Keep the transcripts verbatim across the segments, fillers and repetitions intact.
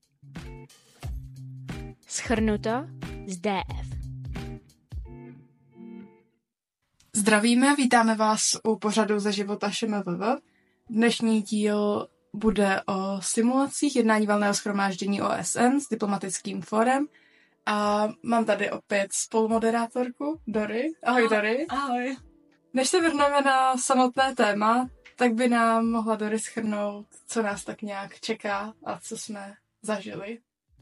Shrnuto z D F. Zdravíme, vítáme vás u pořadu ze života ŠMVV. Dnešní díl bude o simulacích jednání valného shromáždění O S N s diplomatickým fórem. A mám tady opět spolumoderátorku Dory. Ahoj, Dory. Ahoj. Než se vrhneme na samotné téma, tak by nám mohla Dory shrnout, co nás tak nějak čeká a co jsme zažili.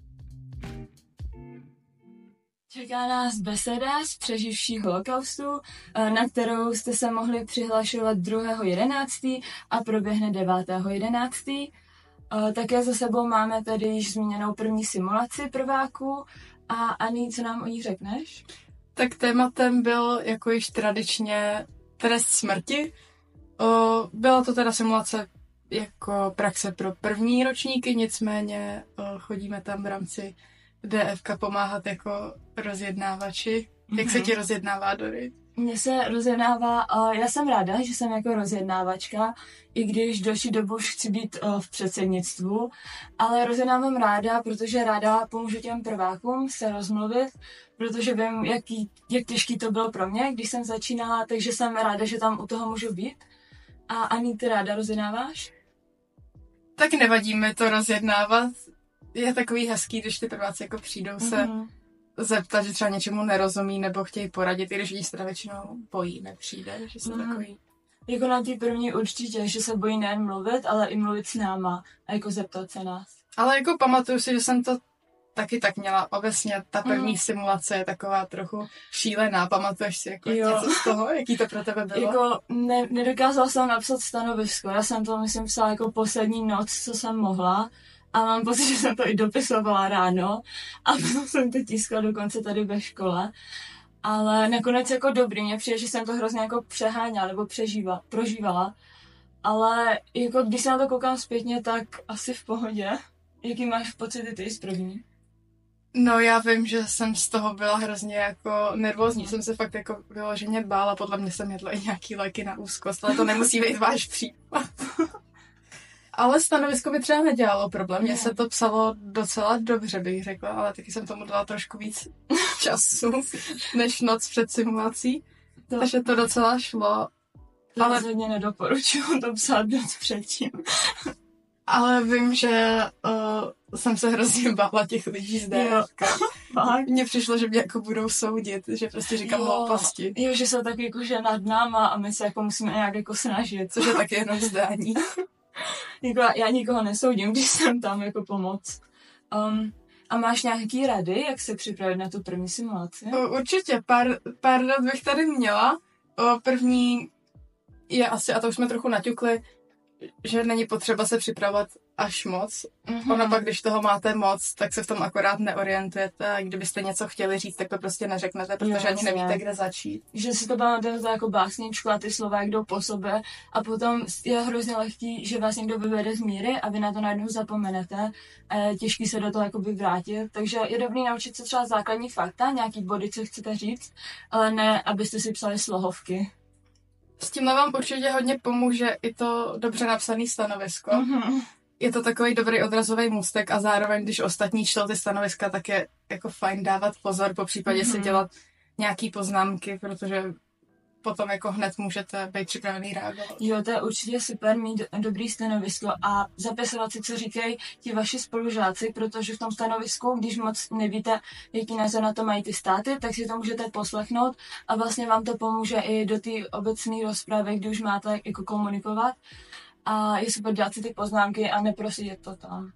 Čeká nás beseda z přeživší holokaustu, na kterou jste se mohli přihlašovat druhého jedenáctého a proběhne devátého jedenáctého Také za sebou máme tady již zmíněnou první simulaci prváků. A Ani, co nám o ní řekneš? Tak tématem byl jako již tradičně trest smrti. Byla to teda simulace jako praxe pro první ročníky, nicméně chodíme tam v rámci D F K pomáhat jako rozjednávači. Mm-hmm. Jak se ti rozjednává, Dory? Mně se rozjednává, já jsem ráda, že jsem jako rozjednávačka, i když další dobu už chci být v předsednictvu, ale rozjednávám ráda, protože ráda pomůžu těm prvákům se rozmluvit, protože vím, jaký, jak těžký to bylo pro mě, když jsem začínala, takže jsem ráda, že tam u toho můžu být. A Ani, ty ráda rozjednáváš? Tak nevadí mi to rozjednávat. Je takový hezký, když ty prváci jako přijdou se mm-hmm. zeptat, že třeba něčemu nerozumí nebo chtějí poradit, i když oni se teda většinou bojí, nepřijde, že jsou mm-hmm. takový. Jako na té první určitě, že se bojí nejen mluvit, ale i mluvit s náma a jako zeptat se nás. Ale jako pamatuju si, že jsem to taky tak měla. Obecně ta první mm. simulace je taková trochu šílená. Pamatuješ si jako něco z toho? Jaký to pro tebe bylo? Jako ne, nedokázala jsem napsat stanovisko. Já jsem to, myslím, psala jako poslední noc, co jsem mohla. A mám pocit, že jsem to i dopisovala ráno. A potom jsem to tiskla dokonce tady ve škole. Ale nakonec jako dobrý. Mně přijde, že jsem to hrozně jako přeháněla nebo přežívala, prožívala. Ale jako když se na to koukám zpětně, tak asi v pohodě. Jaký máš pocity ty z první? No já vím, že jsem z toho byla hrozně jako nervózní, jsem se fakt jako vyloženě bála, podle mě jsem jedla i nějaký léky na úzkost, ale to nemusí být váš případ. Ale stanovisko mi třeba nedělalo problém, mně se to psalo docela dobře, bych řekla, ale taky jsem tomu dala trošku víc času, než noc před simulací, to, takže to docela šlo. To ale rozhodně nedoporučuju to psát noc předtím. Ale vím, že uh, jsem se hrozně bála těch lidí z D F K. Mně přišlo, že mě jako budou soudit, že prostě říkám hlouposti. Jo, že jsou tak jako, že nad náma a my se jako musíme nějak jako snažit. Což je taky jenom zdání. Jako já nikoho nesoudím, když jsem tam jako pomoc. Um, a máš nějaký rady, jak se připravit na tu první simulaci? Určitě, pár, pár rad bych tady měla. O, první je asi, a to už jsme trochu naťukli, že není potřeba se připravovat až moc. Mm-hmm. Ono pak, když toho máte moc, tak se v tom akorát neorientujete a kdybyste něco chtěli říct, tak to prostě neřeknete, protože jo, ani nevíte, kde začít. Že si to pamatujete jako básničku a ty slova jak jdou po sobě a potom je hrozně lehký, že vás někdo vyvede z míry a vy na to najednou zapomenete a je těžký se do toho jakoby vrátit. Takže je dobrý naučit se třeba základní fakta, nějaký body, co chcete říct, ale ne, abyste si psali slohovky. S tímhle vám určitě hodně pomůže i to dobře napsané stanovisko. Mm-hmm. Je to takový dobrý odrazový můstek a zároveň, když ostatní čtou ty stanoviska, tak je jako fajn dávat pozor, po případě mm-hmm. si dělat nějaký poznámky, protože potom jako hned můžete být připravený reagovat. Jo, to je určitě super mít dobrý stanovisko a zapisovat si, co říkají ti vaši spolužáci, protože v tom stanovisku, když moc nevíte, jaký názor na to mají ty státy, tak si to můžete poslechnout a vlastně vám to pomůže i do té obecné rozpravy, kdy už máte jako komunikovat. A je super dělat si ty poznámky a neprosit to tam.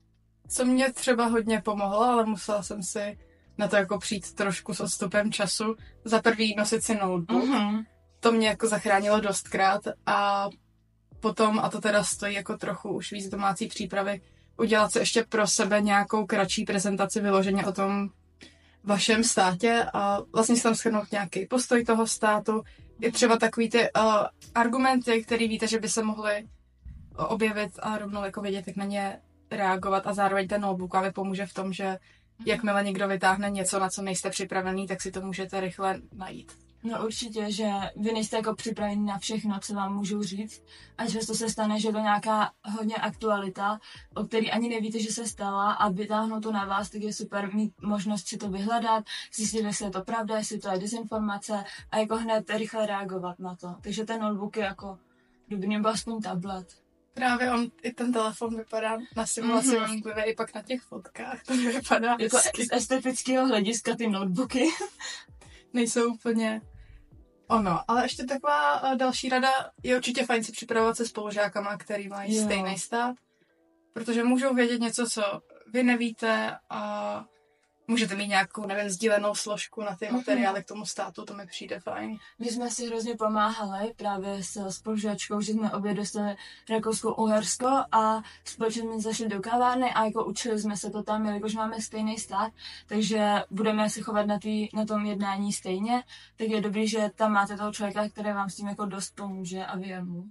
Co mě třeba hodně pomohlo, ale musela jsem si na to jako přijít trošku s odstupem času. Za prvý nosit si notebook. Mm-hmm. To mě jako zachránilo dostkrát a potom, a to teda stojí jako trochu už víc domácí přípravy, udělat si ještě pro sebe nějakou kratší prezentaci vyloženě o tom vašem státě a vlastně si tam shrnout nějaký postoj toho státu. Je třeba takový ty uh, argumenty, který víte, že by se mohly objevit a rovnou jako vědět, jak na ně reagovat a zároveň ten notebook vám pomůže v tom, že jakmile někdo vytáhne něco, na co nejste připravený, tak si to můžete rychle najít. No určitě, že vy nejste jako připraveni na všechno, co vám můžou říct. A často se stane, že to nějaká hodně aktualita, o který ani nevíte, že se stala a vytáhnou to na vás, tak je super mít možnost si to vyhledat, zjistit, jestli je to pravda, jestli to je dezinformace a jako hned rychle reagovat na to. Takže ten notebook je jako dobrý, nebo aspoň tablet. Právě on, i ten telefon vypadá na simulaci mm-hmm. ošklivě, i pak na těch fotkách, to vypadá jako hezky. Z estetického hlediska ty notebooky nejsou úplně ono. Ale ještě taková další rada, je určitě fajn si připravovat se spolužákama, který mají jo. stejný stát, protože můžou vědět něco, co vy nevíte a můžete mít nějakou, nevím, sdílenou složku na ty mm-hmm. materiály k tomu státu, to mi přijde fajn. My jsme si hrozně pomáhali právě s spolužáčkou, že jsme obě dostali Rakousko-Uhersko a společně jsme zašli do kavárny a jako učili jsme se to tam, jelikož máme stejný stát, takže budeme se chovat na, tý, na tom jednání stejně, tak je dobrý, že tam máte toho člověka, který vám s tím jako dost pomůže a vy mu.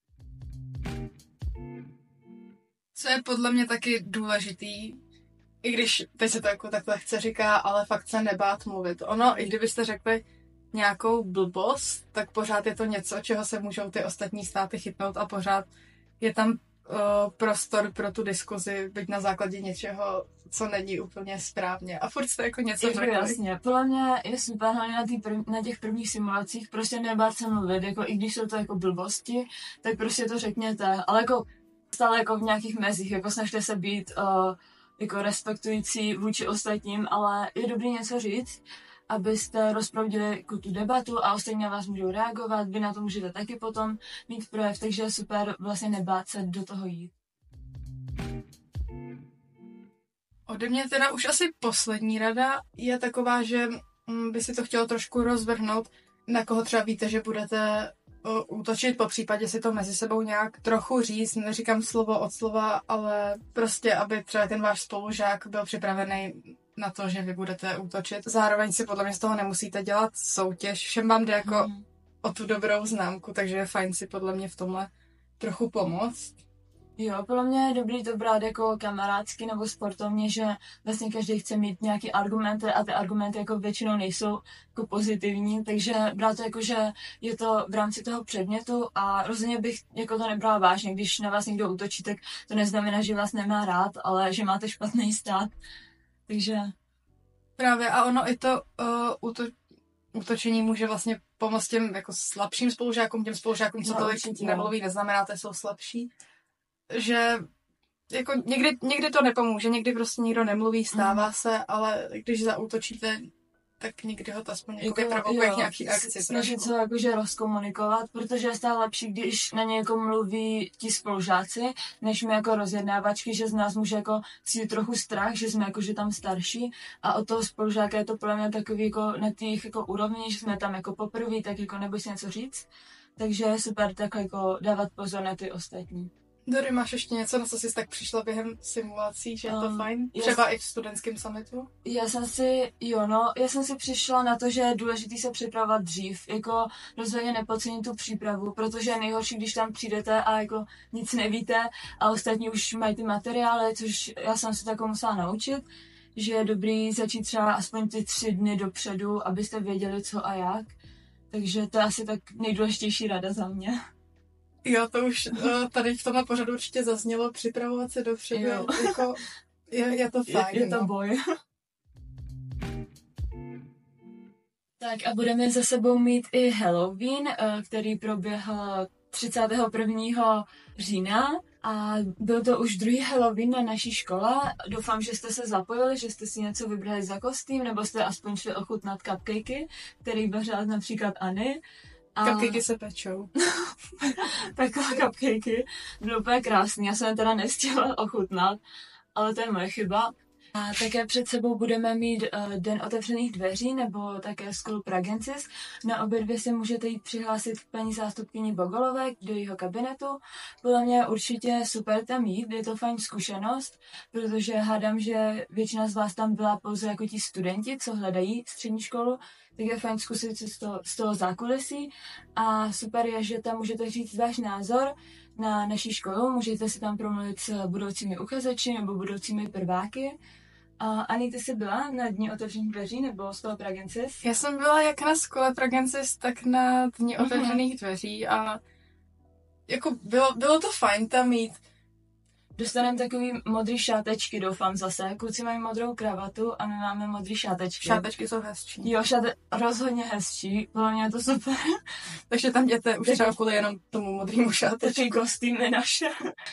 Co je podle mě taky důležitý, i když teď se to jako tak lehce říká, ale fakt se nebát mluvit. Ono, i kdybyste řekli nějakou blbost, tak pořád je to něco, čeho se můžou ty ostatní státy chytnout a pořád je tam uh, prostor pro tu diskuzi, byť na základě něčeho, co není úplně správně. A furt jste jako něco řekli. Jasně, podle mě je super hlavně na, prv, na těch prvních simulacích prostě nebát se mluvit, jako i když jsou to jako blbosti, tak prostě to řekněte, ale jako stále jako v nějakých mezích, jako snažte se být uh, jako respektující vůči ostatním, ale je dobrý něco říct, abyste rozproudili jako tu debatu a ostatní na vás můžou reagovat, vy na to můžete taky potom mít projev, takže je super vlastně nebát se do toho jít. Ode mě teda už asi poslední rada je taková, že by si to chtělo trošku rozvrhnout, na koho třeba víte, že budete útočit, po případě si to mezi sebou nějak trochu říct, neříkám slovo od slova, ale prostě, aby třeba ten váš spolužák byl připravený na to, že vy budete útočit. Zároveň si podle mě z toho nemusíte dělat soutěž, všem vám jde jako hmm. o tu dobrou známku, takže je fajn si podle mě v tomhle trochu pomoct. Jo, podle mě je dobrý to brát jako kamarádsky nebo sportovně, že vlastně každý chce mít nějaký argumenty a ty argumenty jako většinou nejsou jako pozitivní, takže brát to jako, že je to v rámci toho předmětu a rozhodně bych jako to nebrala vážně, když na vás někdo útočí, tak to neznamená, že vás nemá rád, ale že máte špatný stát, takže... Právě a ono i to uh, úto- útočení může vlastně pomoct těm jako slabším spolužákům, těm spolužákům, co no, tolik nemluví, neznamená, že jsou slabší. Že jako někdy, někdy to nepomůže, někdy prostě nikdo nemluví, stává mm. se, ale když zaútočíte, tak někdy ho to aspoň jako vyprovokuje nějaký akci. Snažit se jakože rozkomunikovat, protože je stále lepší, když na ně jako mluví ti spolužáci, než my jako rozjednávačky, že z nás může jako cítit trochu strach, že jsme jakože tam starší a od toho spolužáka je to podle mě takový jako na těch jako úrovni, že jsme tam jako poprvé, tak jako neboj si něco říct, takže je super tak jako dávat pozor na ty ostatní. Dory, máš ještě něco, na co jsi tak přišla během simulací, že je to um, fajn? Třeba já, i v studentském summitu? Já jsem si, jo no, já jsem si přišla na to, že je důležité se připravovat dřív, jako rozhodně nepodcenit tu přípravu, protože je nejhorší, když tam přijdete a jako nic nevíte a ostatní už mají ty materiály, což já jsem se tako musela naučit, že je dobrý začít třeba aspoň ty tři dny dopředu, abyste věděli co a jak, takže to je asi tak nejdůležitější rada za mě. Jo, to už tady v tomhle pořadu určitě zaznělo, připravovat se dopředu, jako je, je to fajn. Je, je to no. boj. Tak a budeme za sebou mít i Halloween, který proběhl třicátého prvního října a byl to už druhý Halloween na naší škole. Doufám, že jste se zapojili, že jste si něco vybrali za kostým, nebo jste aspoň šli ochutnat cupcakey, který vařila například Anny. A... Cupcakey se pečou. Takové cupcakey. Bylo úplně krásný, já jsem je teda nestihla ochutnat, ale to je moje chyba. A také před sebou budeme mít uh, Den otevřených dveří, nebo také School Pragensis. Na obě dvě se můžete jít přihlásit k paní zástupkyni Bogolové do jeho kabinetu. Podle mě určitě super tam jít, je to fajn zkušenost, protože hádám, že většina z vás tam byla pouze jako ti studenti, co hledají střední školu, tak je fajn zkusit si z toho, z toho zákulisí a super je, že tam můžete říct váš názor na naší školu, můžete si tam promluvit s budoucími uchazeči nebo budoucími prváky A Ani, ty jsi byla na dní otevřených dveří nebo Schola Pragensis? Já jsem byla jak na Schole Pragensis, tak na dní otevřených dveří a jako bylo, bylo to fajn tam mít. Dostaneme takový modrý šátečky, doufám zase. Kluci mají modrou kravatu a my máme modrý šátečky. Šátečky jsou hezčí. Jo, šáte rozhodně hezčí, bylo mě to super. Takže tam jděte už třeba kvůli jenom tomu modrému šátečku. Takový kostýmy naše.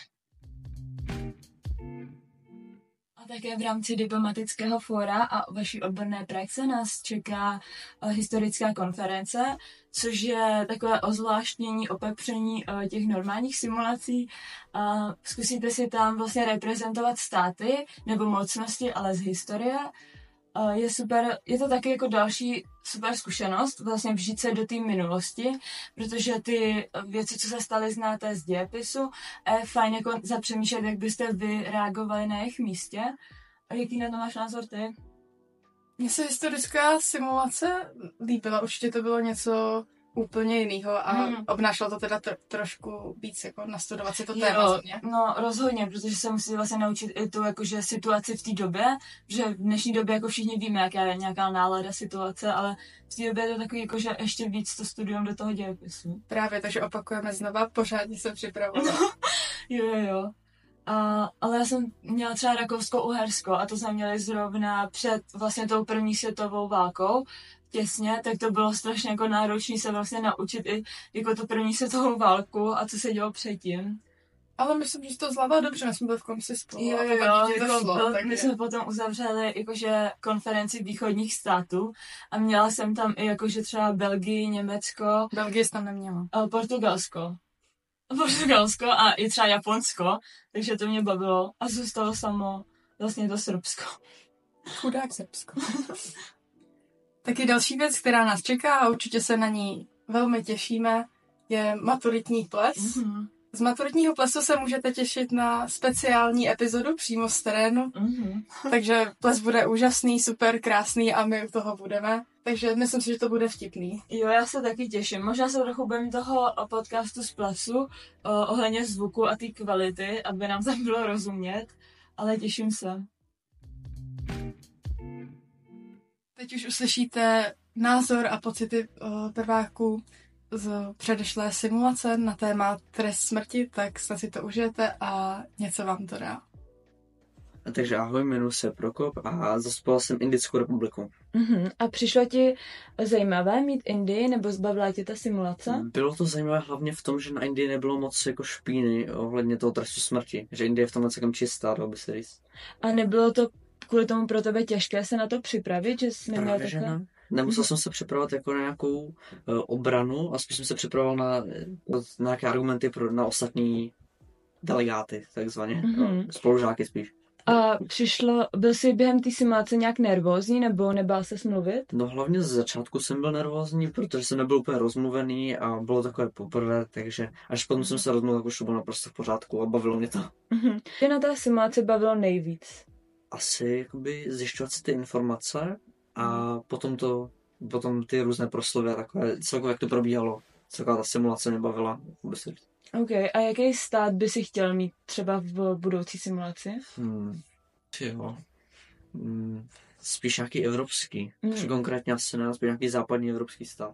A také v rámci diplomatického fóra a vaší odborné praxe nás čeká uh, historická konference, což je takové ozvláštnění, opepření uh, těch normálních simulací. Uh, zkusíte si tam vlastně reprezentovat státy nebo mocnosti, ale z historie. Uh, je super, je to taky jako další super zkušenost, vlastně vžít se do té minulosti, protože ty věci, co se staly, znáte z dějepisu a je fajn jako zapřemýšlet, jak byste vy reagovali na jejich místě. A jaký na to máš názor ty? Mně se historická simulace líbila, určitě to bylo něco úplně jiného a hmm. obnášelo to teda tro, trošku víc, jako nastudovat si to téma za mě. No rozhodně, protože se musí vlastně naučit i tu jakože situaci v té době, že v dnešní době jako všichni víme, jaká je nějaká nálada situace, ale v té době je to takový jakože ještě víc to studium do toho dějepisu. Právě, takže opakujeme znova, pořádně se připravovat. jo, jo, jo. A, ale já jsem měla třeba Rakousko-Uhersko a to jsme měli zrovna před vlastně tou první světovou válkou těsně, tak to bylo strašně jako náročné se vlastně naučit i jako tu první světovou válku a co se dělo předtím. Ale myslím, že jsi to zvládla dobře, my jsme byli v komisi spolu. Jo, jo, jo, jako byl, my je. jsme potom uzavřeli jakože konferenci východních států a měla jsem tam i jakože třeba Belgii, Německo. Belgii jsi tam neměla. Portugalsko. Portugalsko a i třeba Japonsko, takže to mě bavilo a zůstalo samo vlastně to Srbsko. Chudák Srbsko. Taky další věc, která nás čeká a určitě se na ní velmi těšíme, je maturitní ples. Mm-hmm. Z maturitního plesu se můžete těšit na speciální epizodu přímo z terénu, mm-hmm. takže ples bude úžasný, super krásný a my u toho budeme. Takže myslím si, že to bude vtipný. Jo, já se taky těším. Možná se trochu bojím toho podcastu z plesu o, ohledně zvuku a té kvality, aby nám tam bylo rozumět, ale těším se. Teď už uslyšíte názor a pocity o, prváků z předešlé simulace na téma trest smrti, tak snad si to užijete a něco vám to dá. Takže ahoj, jmenuji se Prokop a zastupoval jsem Indickou republiku. Uh-huh. A přišlo ti zajímavé mít Indii, nebo zbavila tě ta simulace? Bylo to zajímavé hlavně v tom, že na Indii nebylo moc jako špíny ohledně toho trestu smrti. Že Indie je v tomhle celkem čistá, dalo by se říct. A nebylo to kvůli tomu pro tebe těžké se na to připravit, že jsi neměl takové? Ne. Nemusel jsem se připravovat jako na nějakou uh, obranu, a spíš jsem se připravoval na, na nějaké argumenty pro, na ostatní delegáty, takzvaně. Mm-hmm. Spolužáky spíš. A přišlo, byl jsi během té simulace nějak nervózní, nebo nebál ses mluvit? No hlavně z začátku jsem byl nervózní, protože jsem nebyl úplně rozmluvený a bylo takové poprvé, takže až potom jsem se rozmluvil, tak už to bylo naprosto v pořádku a bavilo mě to. Mhm. Tě na té simulaci bavilo nejvíc? Asi jakoby zjišťovat si ty informace a potom to, potom ty různé proslovy a takové, celkově jak to probíhalo, celková ta simulace mě bavila. OK, a jaký stát by si chtěl mít třeba v budoucí simulaci? Hmm, jo. Hmm, spíš nějaký evropský. Hmm. Konkrétně asi ne, spíš nějaký západní evropský stát.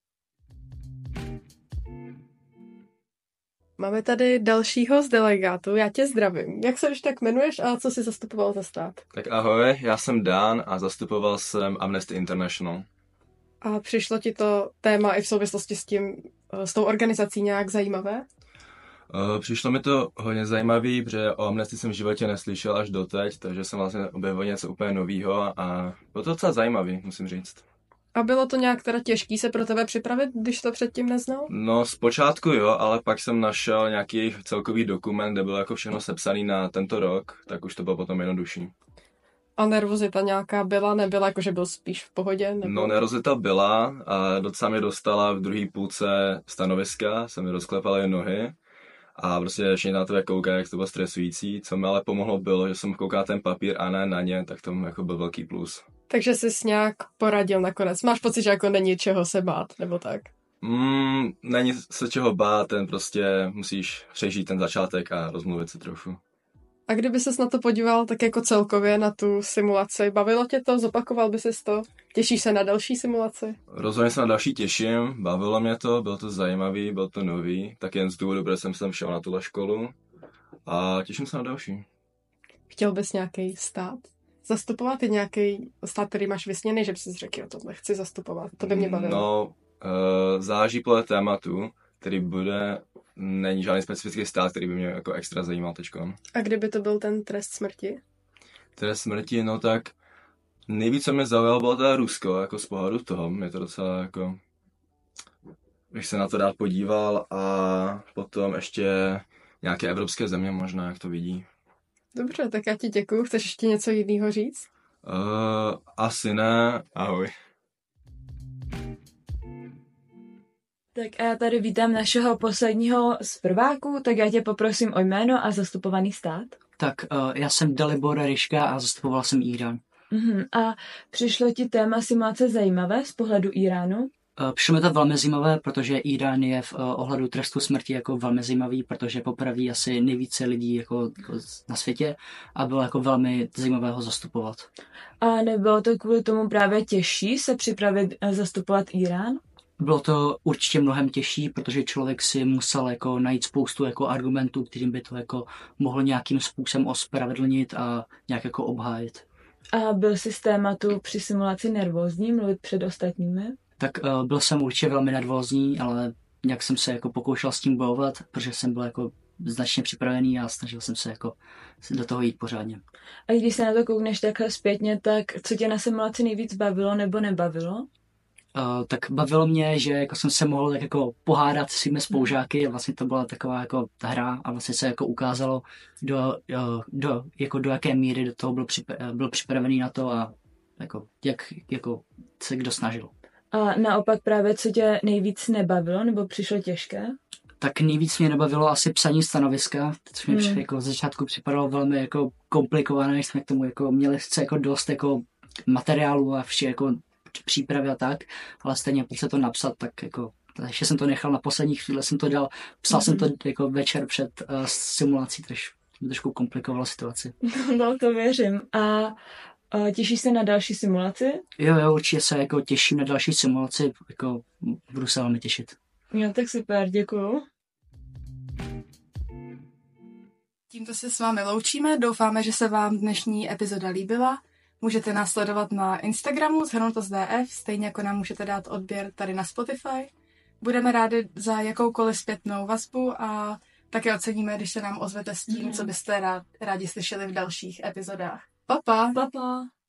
Máme tady dalšího z delegátů. Já tě zdravím. Jak se už tak jmenuješ a co jsi zastupoval za stát? Tak ahoj, já jsem Dan a zastupoval jsem Amnesty International. A přišlo ti to téma i v souvislosti s tím, s tou organizací nějak zajímavé? Přišlo mi to hodně zajímavý, protože o Amnesty jsem v životě neslyšel až doteď, takže jsem vlastně objevil něco úplně novýho a bylo to docela zajímavý, musím říct. A bylo to nějak teda těžký se pro tebe připravit, když to předtím neznal? No zpočátku jo, ale pak jsem našel nějaký celkový dokument, kde bylo jako všechno sepsaný na tento rok, tak už to bylo potom jednodušší. A nervozita nějaká byla, nebyla, jakože byl spíš v pohodě? Nebo... No nervozita byla a docela mě dostala v druhé půlce stanoviska, se mi rozklepaly nohy a prostě všichni na to koukají, jak to bylo stresující. Co mi ale pomohlo bylo, že jsem koukal ten papír a ne na ně, tak to jako byl velký plus. Takže jsi nějak poradil nakonec. Máš pocit, že jako není čeho se bát, nebo tak? Mm, není se čeho bát, ten prostě musíš přežít ten začátek a rozmluvit se trochu. A A kdyby ses na to podíval tak jako celkově na tu simulaci, bavilo tě to, zopakoval by ses to? Těšíš se na další simulaci? Rozhodně se na další těším, bavilo mě to, bylo to zajímavý, bylo to nový, tak jen z důvodu, protože jsem sem šel na tuhle školu a těším se na další. Chtěl bys nějaký stát zastupovat? Je nějaký stát, který máš vysněný, že bys si řekl, jo, tohle chci zastupovat, to by mě bavilo. No, uh, záleží podle tématu, který bude, není žádný specifický stát, který by mě jako extra zajímal teďko. A kdyby to byl ten trest smrti? Trest smrti, no tak nejvíc, co mě zaujalo, bylo teda Rusko, jako z pohledu toho, mě to docela jako, bych se na to rád podíval a potom ještě nějaké evropské země možná, jak to vidí. Dobře, tak já ti děkuju. Chceš ještě něco jiného říct? Uh, asi ne. Ahoj. Tak a já tady vítám našeho posledního z prváků, tak já tě poprosím o jméno a zastupovaný stát. Tak uh, já jsem Dalibor Ryška a zastupoval jsem Írán. Uh-huh. A přišlo ti téma simulace zajímavé z pohledu Íránu? Uh, přišlo mi to velmi zajímavé, protože Írán je v uh, ohledu trestu smrti jako velmi zajímavý, protože popraví asi nejvíce lidí jako, jako na světě a bylo jako velmi zajímavé ho zastupovat. A nebylo to kvůli tomu právě těžší se připravit zastupovat Írán? Bylo to určitě mnohem těžší, protože člověk si musel jako najít spoustu jako argumentů, kterým by to jako mohl nějakým způsobem ospravedlnit a nějak jako obhájit. A byl jsi z tématu při simulaci nervózní, mluvit před ostatními? Tak uh, byl jsem určitě velmi nervózní, ale nějak jsem se jako pokoušel s tím bojovat, protože jsem byl jako značně připravený a snažil jsem se jako do toho jít pořádně. A když se na to koukneš takhle zpětně, tak co tě na simulaci nejvíc bavilo nebo nebavilo? Uh, tak bavilo mě, že jako jsem se mohl tak jako pohádat s svými spolužáky a vlastně to byla taková jako ta hra a vlastně se jako ukázalo, do, do, jako do jaké míry do toho byl, připra- byl připravený na to a jako, jak jako se kdo snažil. A naopak právě co tě nejvíc nebavilo nebo přišlo těžké? Tak nejvíc mě nebavilo asi psaní stanoviska, což mi hmm. jako z začátku připadalo velmi jako komplikované, jsme k tomu jako měli sice jako dost jako materiálu a vše jako přípravy a tak, ale stejně pokud se to napsat, tak jako, ještě jsem to nechal na poslední chvíli, jsem to dal, psal mm-hmm. jsem to jako večer před uh, simulací, takže trošku komplikovalo situaci. No to věřím. A uh, těšíš se na další simulaci? Jo, jo, určitě se jako těším na další simulaci, jako budu se velmi těšit. Jo, tak super, děkuju. Tímto se s vámi loučíme, doufáme, že se vám dnešní epizoda líbila. Můžete nás sledovat na Instagramu Shrnuto z D F, stejně jako nám můžete dát odběr tady na Spotify. Budeme rádi za jakoukoliv zpětnou vazbu a také oceníme, když se nám ozvete s tím, co byste rád, rádi slyšeli v dalších epizodách. Pa, pa! Pa, pa.